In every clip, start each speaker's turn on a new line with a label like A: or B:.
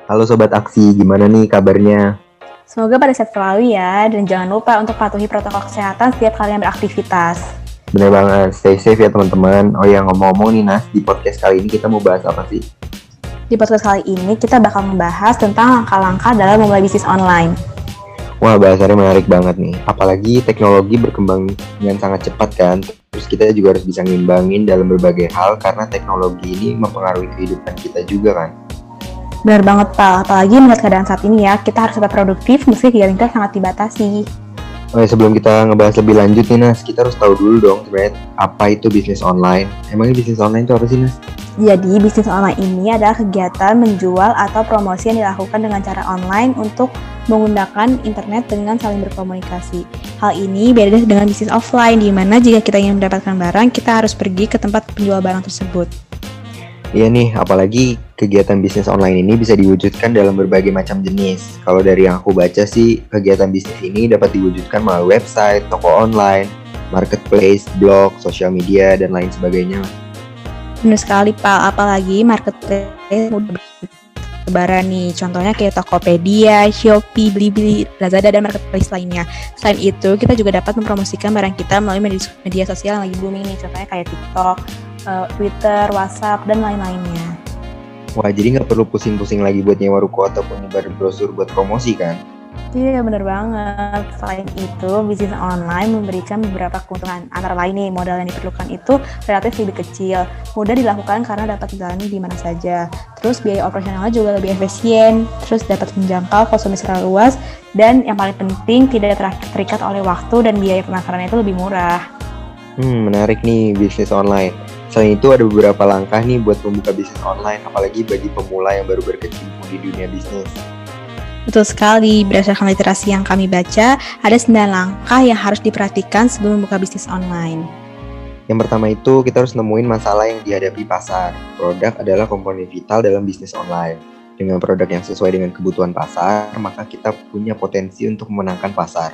A: Halo Sobat Aksi, gimana nih kabarnya?
B: Semoga pada sehat selalu ya, dan jangan lupa untuk patuhi protokol kesehatan setiap kalian beraktivitas.
A: Bener banget, stay safe ya teman-teman. Oh ya, ngomong-ngomong nih Nas, di podcast kali ini kita mau bahas apa sih?
B: Di podcast kali ini kita bakal membahas tentang langkah-langkah dalam memulai bisnis online.
A: Wah, bahasannya menarik banget nih. Apalagi teknologi berkembang dengan sangat cepat kan. Terus kita juga harus bisa ngimbangin dalam berbagai hal karena teknologi ini mempengaruhi kehidupan kita juga kan.
B: Benar banget, Pal. Apalagi melihat keadaan saat ini ya, kita harus tetap produktif meski kegiatan kita sangat dibatasi.
A: Oh ya, sebelum kita ngebahas lebih lanjut nih Nas, kita harus tahu dulu dong sebenarnya apa itu bisnis online. Emangnya bisnis online itu apa sih Nas?
B: Jadi, bisnis online ini adalah kegiatan menjual atau promosi yang dilakukan dengan cara online untuk menggunakan internet dengan saling berkomunikasi. Hal ini beda dengan bisnis offline, di mana jika kita ingin mendapatkan barang, kita harus pergi ke tempat penjual barang tersebut.
A: Iya nih, apalagi kegiatan bisnis online ini bisa diwujudkan dalam berbagai macam jenis. Kalau dari yang aku baca sih, kegiatan bisnis ini dapat diwujudkan melalui website, toko online, marketplace, blog, sosial media, dan lain sebagainya.
B: Benar sekali, Pak. Apalagi marketplace mudah bertebaran nih. Contohnya kayak Tokopedia, Shopee, Blibli, Lazada, dan marketplace lainnya. Selain itu, kita juga dapat mempromosikan barang kita melalui media sosial yang lagi booming nih. Contohnya kayak TikTok, Twitter, WhatsApp, dan lain-lainnya.
A: Wah, jadi nggak perlu pusing-pusing lagi buat nyewa ruko ataupun nyebar brosur buat promosi kan?
B: Iya, bener banget. Selain itu, bisnis online memberikan beberapa keuntungan. Antara lain nih, modal yang diperlukan itu relatif lebih kecil, mudah dilakukan karena dapat dijalani di mana saja. Terus biaya operasionalnya juga lebih efisien, terus dapat menjangkau konsumen secara luas, dan yang paling penting tidak terikat oleh waktu dan biaya pemasarannya itu lebih murah.
A: Menarik nih bisnis online. Selain itu ada beberapa langkah nih buat membuka bisnis online, apalagi bagi pemula yang baru berkecimpung di dunia bisnis.
B: Betul sekali, berdasarkan literasi yang kami baca, ada 9 langkah yang harus diperhatikan sebelum membuka bisnis online.
A: Yang pertama itu kita harus nemuin masalah yang dihadapi pasar. Produk adalah komponen vital dalam bisnis online. Dengan produk yang sesuai dengan kebutuhan pasar, maka kita punya potensi untuk memenangkan pasar.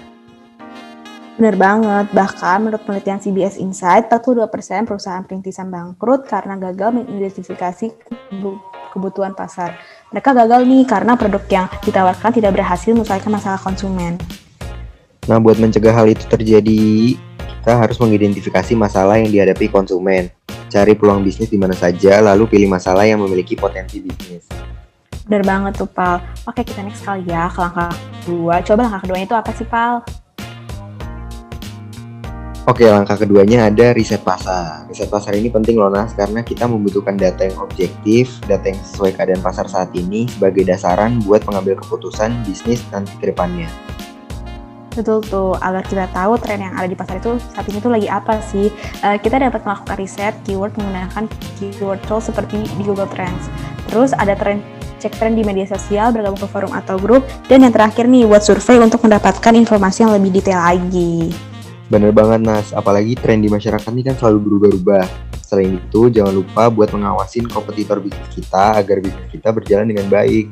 B: Benar banget, bahkan menurut penelitian CBS Insight, 42% perusahaan perintisan bangkrut karena gagal mengidentifikasi kebutuhan pasar. Mereka gagal nih karena produk yang ditawarkan tidak berhasil menyelesaikan masalah konsumen.
A: Nah, buat mencegah hal itu terjadi, kita harus mengidentifikasi masalah yang dihadapi konsumen. Cari peluang bisnis di mana saja, lalu pilih masalah yang memiliki potensi bisnis.
B: Benar banget tuh, Pal. Oke, kita next kali ya ke langkah kedua. Coba langkah keduanya itu apa sih, Pal?
A: Oke, langkah keduanya ada riset pasar. Riset pasar ini penting loh Nas, karena kita membutuhkan data yang objektif, data yang sesuai keadaan pasar saat ini sebagai dasaran buat mengambil keputusan bisnis nanti ke depannya.
B: Betul tuh, agar kita tahu tren yang ada di pasar itu saat ini tuh lagi apa sih. Kita dapat melakukan riset keyword menggunakan keyword tools seperti di Google Trends. Terus ada cek tren di media sosial, bergabung ke forum atau grup, dan yang terakhir nih, buat survei untuk mendapatkan informasi yang lebih detail lagi.
A: Bener banget Nas, apalagi tren di masyarakat ini kan selalu berubah-ubah. Selain itu, jangan lupa buat mengawasin kompetitor bisnis kita agar bisnis kita berjalan dengan baik.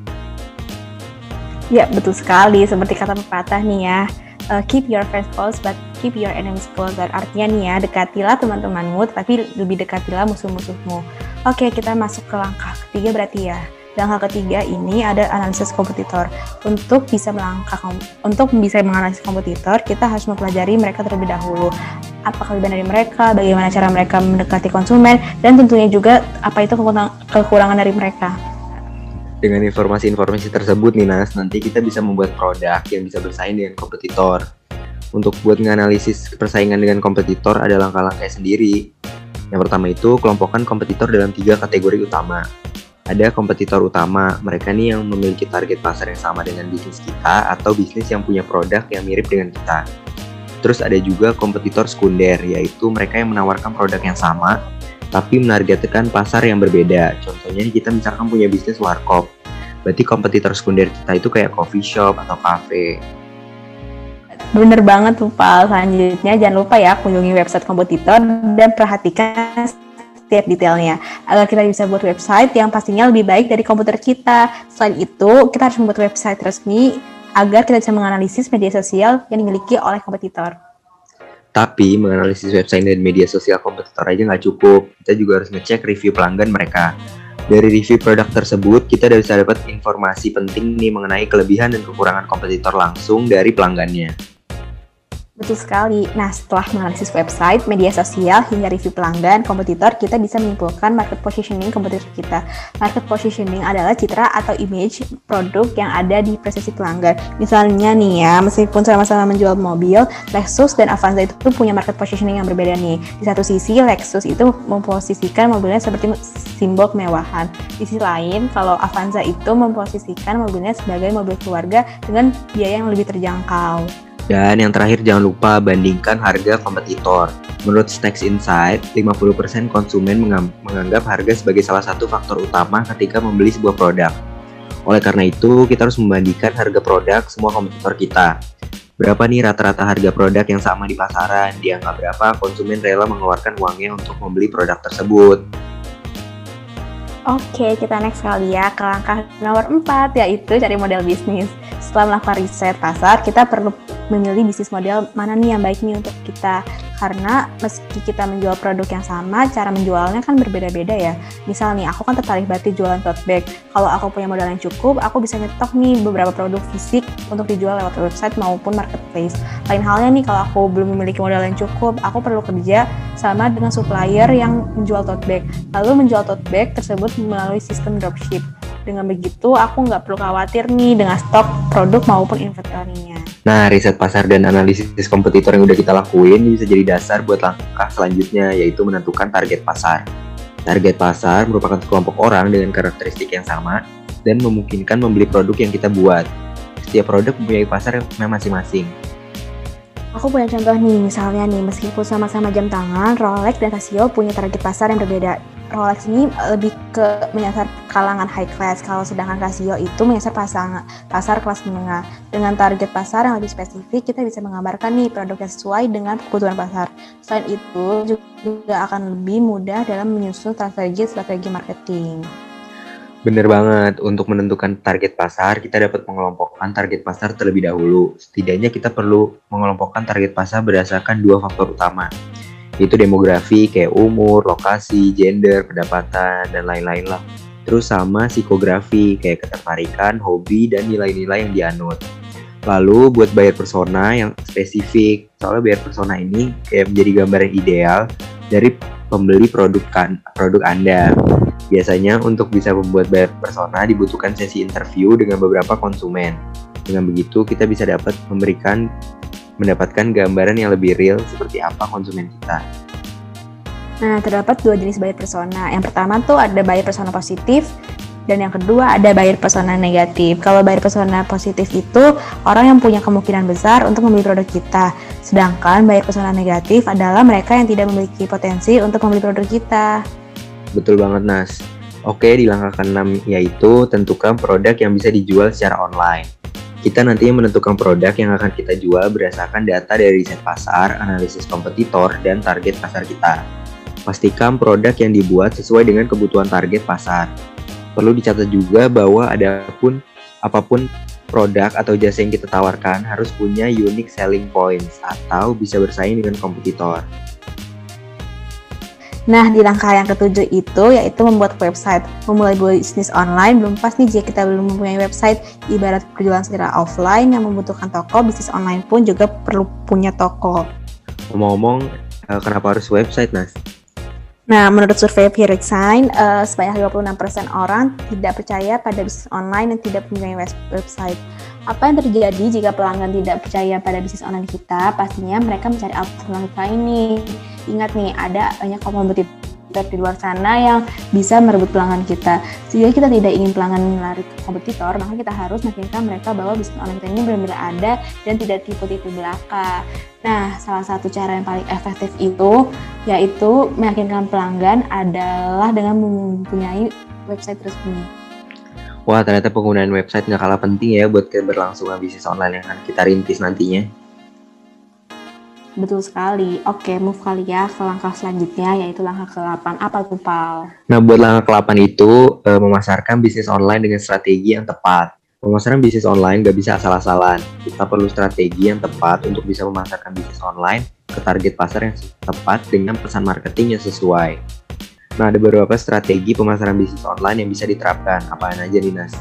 B: Ya, betul sekali. Seperti kata pepatah nih ya, keep your friends close but keep your enemies closer. Artinya nih ya, dekatilah teman-temanmu, tapi lebih dekatilah musuh-musuhmu. Oke, kita masuk ke langkah ketiga berarti ya. Langkah ketiga ini ada analisis kompetitor. Untuk bisa menganalisis kompetitor, kita harus mempelajari mereka terlebih dahulu. Apa kelebihan dari mereka, bagaimana cara mereka mendekati konsumen, dan tentunya juga apa itu kekurangan dari mereka.
A: Dengan informasi-informasi tersebut nih Nas, nanti kita bisa membuat produk yang bisa bersaing dengan kompetitor. Untuk buat menganalisis persaingan dengan kompetitor ada langkah-langkah sendiri. Yang pertama itu, kelompokkan kompetitor dalam 3 kategori utama. Ada kompetitor utama, mereka nih yang memiliki target pasar yang sama dengan bisnis kita atau bisnis yang punya produk yang mirip dengan kita. Terus ada juga kompetitor sekunder, yaitu mereka yang menawarkan produk yang sama, tapi menargetkan pasar yang berbeda. Contohnya kita misalkan punya bisnis warkop, berarti kompetitor sekunder kita itu kayak coffee shop atau cafe.
B: Bener banget tuh, Pal. Selanjutnya jangan lupa ya kunjungi website kompetitor dan perhatikan setiap detailnya agar kita bisa buat website yang pastinya lebih baik dari komputer kita. Selain itu, kita harus membuat website resmi agar kita bisa menganalisis media sosial yang dimiliki oleh kompetitor.
A: Tapi menganalisis website dan media sosial kompetitor aja nggak cukup. Kita juga harus ngecek review pelanggan mereka. Dari review produk tersebut, kita bisa dapat informasi penting nih mengenai kelebihan dan kekurangan kompetitor langsung dari pelanggannya.
B: Betul sekali. Nah, setelah menganalisis website, media sosial, hingga review pelanggan, kompetitor, kita bisa menyimpulkan market positioning kompetitor kita. Market positioning adalah citra atau image produk yang ada di persepsi pelanggan. Misalnya nih ya, meskipun sama-sama menjual mobil, Lexus dan Avanza itu punya market positioning yang berbeda nih. Di satu sisi, Lexus itu memposisikan mobilnya seperti simbol kemewahan. Di sisi lain, kalau Avanza itu memposisikan mobilnya sebagai mobil keluarga dengan biaya yang lebih terjangkau.
A: Dan yang terakhir, jangan lupa bandingkan harga kompetitor. Menurut Stacks Insight, 50% konsumen menganggap harga sebagai salah satu faktor utama ketika membeli sebuah produk. Oleh karena itu, kita harus membandingkan harga produk semua kompetitor kita. Berapa nih rata-rata harga produk yang sama di pasaran? Di angka berapa konsumen rela mengeluarkan uangnya untuk membeli produk tersebut?
B: Oke, kita next kali ya ke langkah nomor 4, yaitu cari model bisnis. Setelah melakukan riset pasar, kita perlu memilih bisnis model mana nih yang baik nih untuk kita. Karena meski kita menjual produk yang sama, cara menjualnya kan berbeda-beda ya. Misal nih, aku kan tertarik banget jualan tote bag. Kalau aku punya modal yang cukup, aku bisa nyetok nih beberapa produk fisik untuk dijual lewat website maupun marketplace. Lain halnya nih, kalau aku belum memiliki modal yang cukup, aku perlu kerja sama dengan supplier yang menjual tote bag. Lalu menjual tote bag tersebut melalui sistem dropship. Dengan begitu, aku nggak perlu khawatir nih dengan stok produk maupun inventory-nya.
A: Nah, riset pasar dan analisis kompetitor yang udah kita lakuin bisa jadi dasar buat langkah selanjutnya, yaitu menentukan target pasar. Target pasar merupakan kelompok orang dengan karakteristik yang sama dan memungkinkan membeli produk yang kita buat. Setiap produk mempunyai pasar yang masing-masing.
B: Aku punya contoh nih, misalnya nih, meskipun sama-sama jam tangan, Rolex dan Casio punya target pasar yang berbeda. Rolex ini lebih ke menyasar kalangan high class, kalau sedangkan Casio itu menyasar pasar kelas menengah. Dengan target pasar yang lebih spesifik, kita bisa menggambarkan nih produk yang sesuai dengan kebutuhan pasar. Selain itu, juga akan lebih mudah dalam menyusun strategi marketing.
A: Bener banget, untuk menentukan target pasar, kita dapat mengelompokkan target pasar terlebih dahulu. Setidaknya kita perlu mengelompokkan target pasar berdasarkan 2 faktor utama, yaitu demografi, kayak umur, lokasi, gender, pendapatan, dan lain-lain lah. Terus sama psikografi, kayak ketertarikan, hobi, dan nilai-nilai yang dianut. Lalu buat buyer persona yang spesifik, soalnya buyer persona ini kayak menjadi gambaran ideal dari pembeli produk Anda. Biasanya untuk bisa membuat buyer persona dibutuhkan sesi interview dengan beberapa konsumen. Dengan begitu kita bisa mendapatkan gambaran yang lebih real seperti apa konsumen kita.
B: Nah, terdapat 2 jenis buyer persona. Yang pertama tuh ada buyer persona positif, dan yang kedua ada buyer persona negatif. Kalau buyer persona positif itu orang yang punya kemungkinan besar untuk membeli produk kita. Sedangkan buyer persona negatif adalah mereka yang tidak memiliki potensi untuk membeli produk kita.
A: Betul banget, Nas. Oke, di langkah ke-6 yaitu tentukan produk yang bisa dijual secara online. Kita nantinya menentukan produk yang akan kita jual berdasarkan data dari riset pasar, analisis kompetitor, dan target pasar kita. Pastikan produk yang dibuat sesuai dengan kebutuhan target pasar. Perlu dicatat juga bahwa apapun produk atau jasa yang kita tawarkan harus punya unique selling points atau bisa bersaing dengan kompetitor.
B: Nah, di langkah yang ke-7 itu yaitu membuat website. Memulai bisnis online belum pas nih jika kita belum mempunyai website. Ibarat perjualan secara offline yang membutuhkan toko, bisnis online pun juga perlu punya toko.
A: Ngomong-ngomong, kenapa harus website, Nas?
B: Nah, menurut survei Peersign, sebanyak 56% orang tidak percaya pada bisnis online yang tidak mempunyai website. Apa yang terjadi jika pelanggan tidak percaya pada bisnis online kita? Pastinya mereka mencari alternatif lain nih. Ingat nih, ada banyak kompetitor di luar sana yang bisa merebut pelanggan kita. Jika kita tidak ingin pelanggan lari ke kompetitor, maka kita harus meyakinkan mereka bahwa bisnis online kita ini benar-benar ada dan tidak tipu-tipu belaka. Nah, salah satu cara yang paling efektif itu yaitu meyakinkan pelanggan adalah dengan mempunyai website resmi.
A: Wah, ternyata penggunaan website nggak kalah penting ya buat keberlangsungan bisnis online yang akan kita rintis nantinya.
B: Betul sekali. Oke, move kali ya ke langkah selanjutnya, yaitu langkah ke-8. Apa tuh, Pal?
A: Nah, buat langkah ke-8 itu, memasarkan bisnis online dengan strategi yang tepat. Pemasaran bisnis online nggak bisa asal-asalan. Kita perlu strategi yang tepat untuk bisa memasarkan bisnis online ke target pasar yang tepat dengan pesan marketing yang sesuai. Nah, ada beberapa strategi pemasaran bisnis online yang bisa diterapkan. Apaan aja nih, Nas?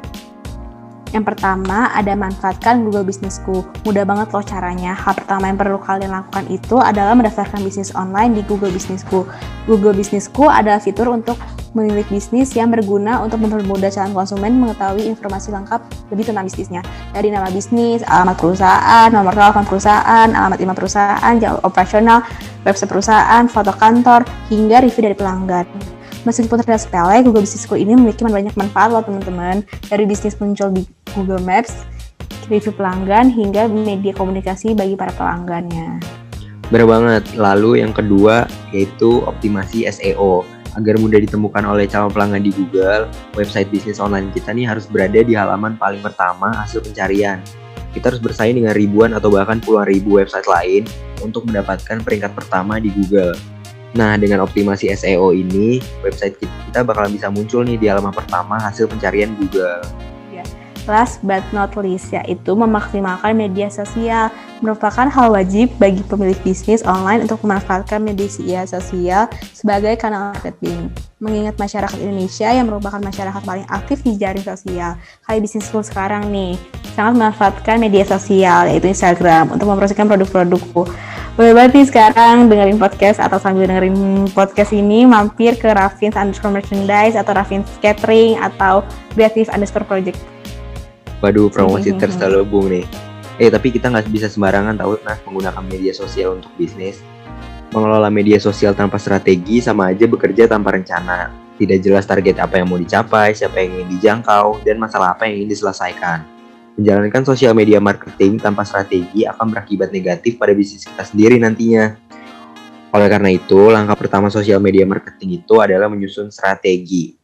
B: Yang pertama, ada manfaatkan Google Businessku. Mudah banget loh caranya. Hal pertama yang perlu kalian lakukan itu adalah mendaftarkan bisnis online di Google Businessku. Google Businessku adalah fitur untuk memilih bisnis yang berguna untuk mempermudah calon konsumen mengetahui informasi lengkap lebih tentang bisnisnya. Dari nama bisnis, alamat perusahaan, nomor telepon perusahaan, alamat email perusahaan, jam operasional, website perusahaan, foto kantor, hingga review dari pelanggan. Meskipun terlihat sepele, Google Businessku ini memiliki banyak manfaat loh teman-teman. Dari bisnis muncul di Google Maps, review pelanggan, hingga media komunikasi bagi para pelanggannya.
A: Bener banget. Lalu yang kedua yaitu optimasi SEO. Agar mudah ditemukan oleh calon pelanggan di Google, website bisnis online kita nih harus berada di halaman paling pertama hasil pencarian. Kita harus bersaing dengan ribuan atau bahkan puluhan ribu website lain untuk mendapatkan peringkat pertama di Google. Nah, dengan optimasi SEO ini, website kita bakalan bisa muncul nih di halaman pertama hasil pencarian Google.
B: Last but not least, yaitu memaksimalkan media sosial. Merupakan hal wajib bagi pemilik bisnis online untuk memanfaatkan media sosial sebagai kanal marketing. Mengingat masyarakat Indonesia yang merupakan masyarakat paling aktif di jaring sosial, kayak bisnisku sekarang nih, sangat memanfaatkan media sosial, yaitu Instagram, untuk mempromosikan produk-produkku. Boleh banget nih sekarang dengerin podcast atau sambil dengerin podcast ini mampir ke Raffins_merchandise atau Raffins Catering atau Creative_project.
A: Waduh, promosi terselubung nih. Tapi kita nggak bisa sembarangan tahu menggunakan media sosial untuk bisnis. Mengelola media sosial tanpa strategi sama aja bekerja tanpa rencana. Tidak jelas target apa yang mau dicapai, siapa yang ingin dijangkau, dan masalah apa yang ingin diselesaikan. Menjalankan sosial media marketing tanpa strategi akan berakibat negatif pada bisnis kita sendiri nantinya. Oleh karena itu, langkah pertama sosial media marketing itu adalah menyusun strategi.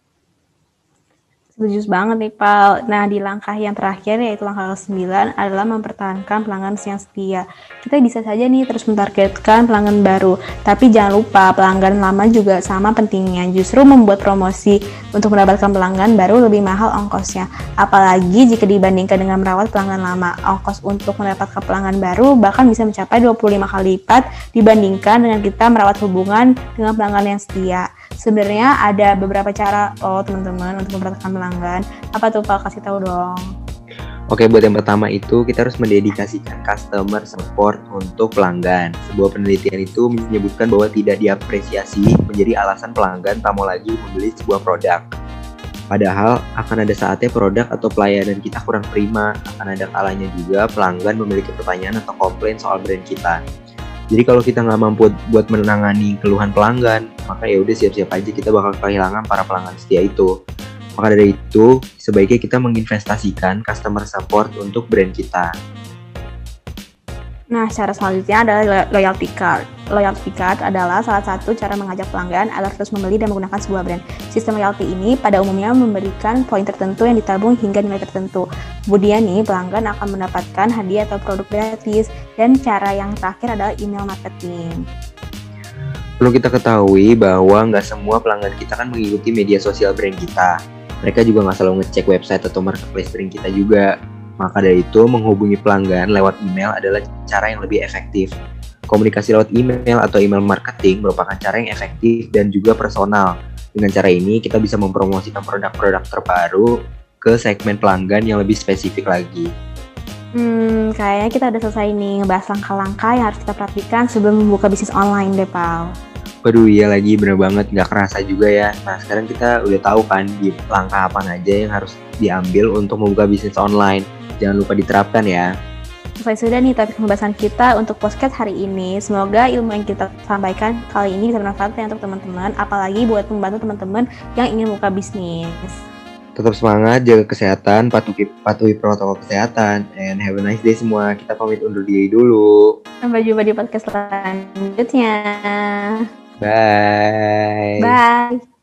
B: Setuju banget nih, Pal. Nah, di langkah yang terakhir, yaitu langkah ke-9, adalah mempertahankan pelanggan yang setia. Kita bisa saja nih terus mentargetkan pelanggan baru, tapi jangan lupa pelanggan lama juga sama pentingnya. Justru membuat promosi untuk mendapatkan pelanggan baru lebih mahal ongkosnya. Apalagi jika dibandingkan dengan merawat pelanggan lama. Ongkos untuk mendapatkan pelanggan baru bahkan bisa mencapai 25 kali lipat dibandingkan dengan kita merawat hubungan dengan pelanggan yang setia. Sebenarnya ada beberapa cara teman-teman untuk mempertahankan pelanggan. Apa tuh, Pak? Kasih tahu dong.
A: Oke, buat yang pertama itu kita harus mendedikasikan customer support untuk pelanggan. Sebuah penelitian itu menyebutkan bahwa tidak diapresiasi menjadi alasan pelanggan tak mau lagi membeli sebuah produk. Padahal akan ada saatnya produk atau pelayanan kita kurang prima. Akan ada kalanya juga pelanggan memiliki pertanyaan atau komplain soal brand kita. Jadi kalau kita nggak mampu buat menangani keluhan pelanggan, maka ya udah siap-siap aja kita bakal kehilangan para pelanggan setia itu. Maka dari itu, sebaiknya kita menginvestasikan customer support untuk brand kita.
B: Nah, cara selanjutnya adalah loyalty card. Loyalty card adalah salah satu cara mengajak pelanggan agar terus membeli dan menggunakan sebuah brand. Sistem loyalty ini pada umumnya memberikan poin tertentu yang ditabung hingga nilai tertentu. Kemudian nih, pelanggan akan mendapatkan hadiah atau produk gratis. Dan cara yang terakhir adalah email marketing.
A: Perlu kita ketahui bahwa nggak semua pelanggan kita kan mengikuti media sosial brand kita. Mereka juga nggak selalu ngecek website atau marketplace brand kita juga. Maka dari itu, menghubungi pelanggan lewat email adalah cara yang lebih efektif. Komunikasi lewat email atau email marketing merupakan cara yang efektif dan juga personal. Dengan cara ini, kita bisa mempromosikan produk-produk terbaru ke segmen pelanggan yang lebih spesifik lagi.
B: Kayaknya kita udah selesai nih ngebahas langkah-langkah yang harus kita perhatikan sebelum membuka bisnis online deh, Pal.
A: Waduh, iya lagi, bener banget, nggak kerasa juga ya. Nah, sekarang kita udah tahu kan di langkah apa aja yang harus diambil untuk membuka bisnis online. Jangan lupa diterapkan ya.
B: Selesai sudah nih topik pembahasan kita untuk podcast hari ini. Semoga ilmu yang kita sampaikan kali ini bisa bermanfaat untuk teman-teman, apalagi buat membantu teman-teman yang ingin buka bisnis.
A: Tetap semangat, jaga kesehatan, patuhi protokol kesehatan, and have a nice day semua. Kita pamit undur diri dulu.
B: Sampai jumpa di podcast selanjutnya.
A: Bye.
B: Bye.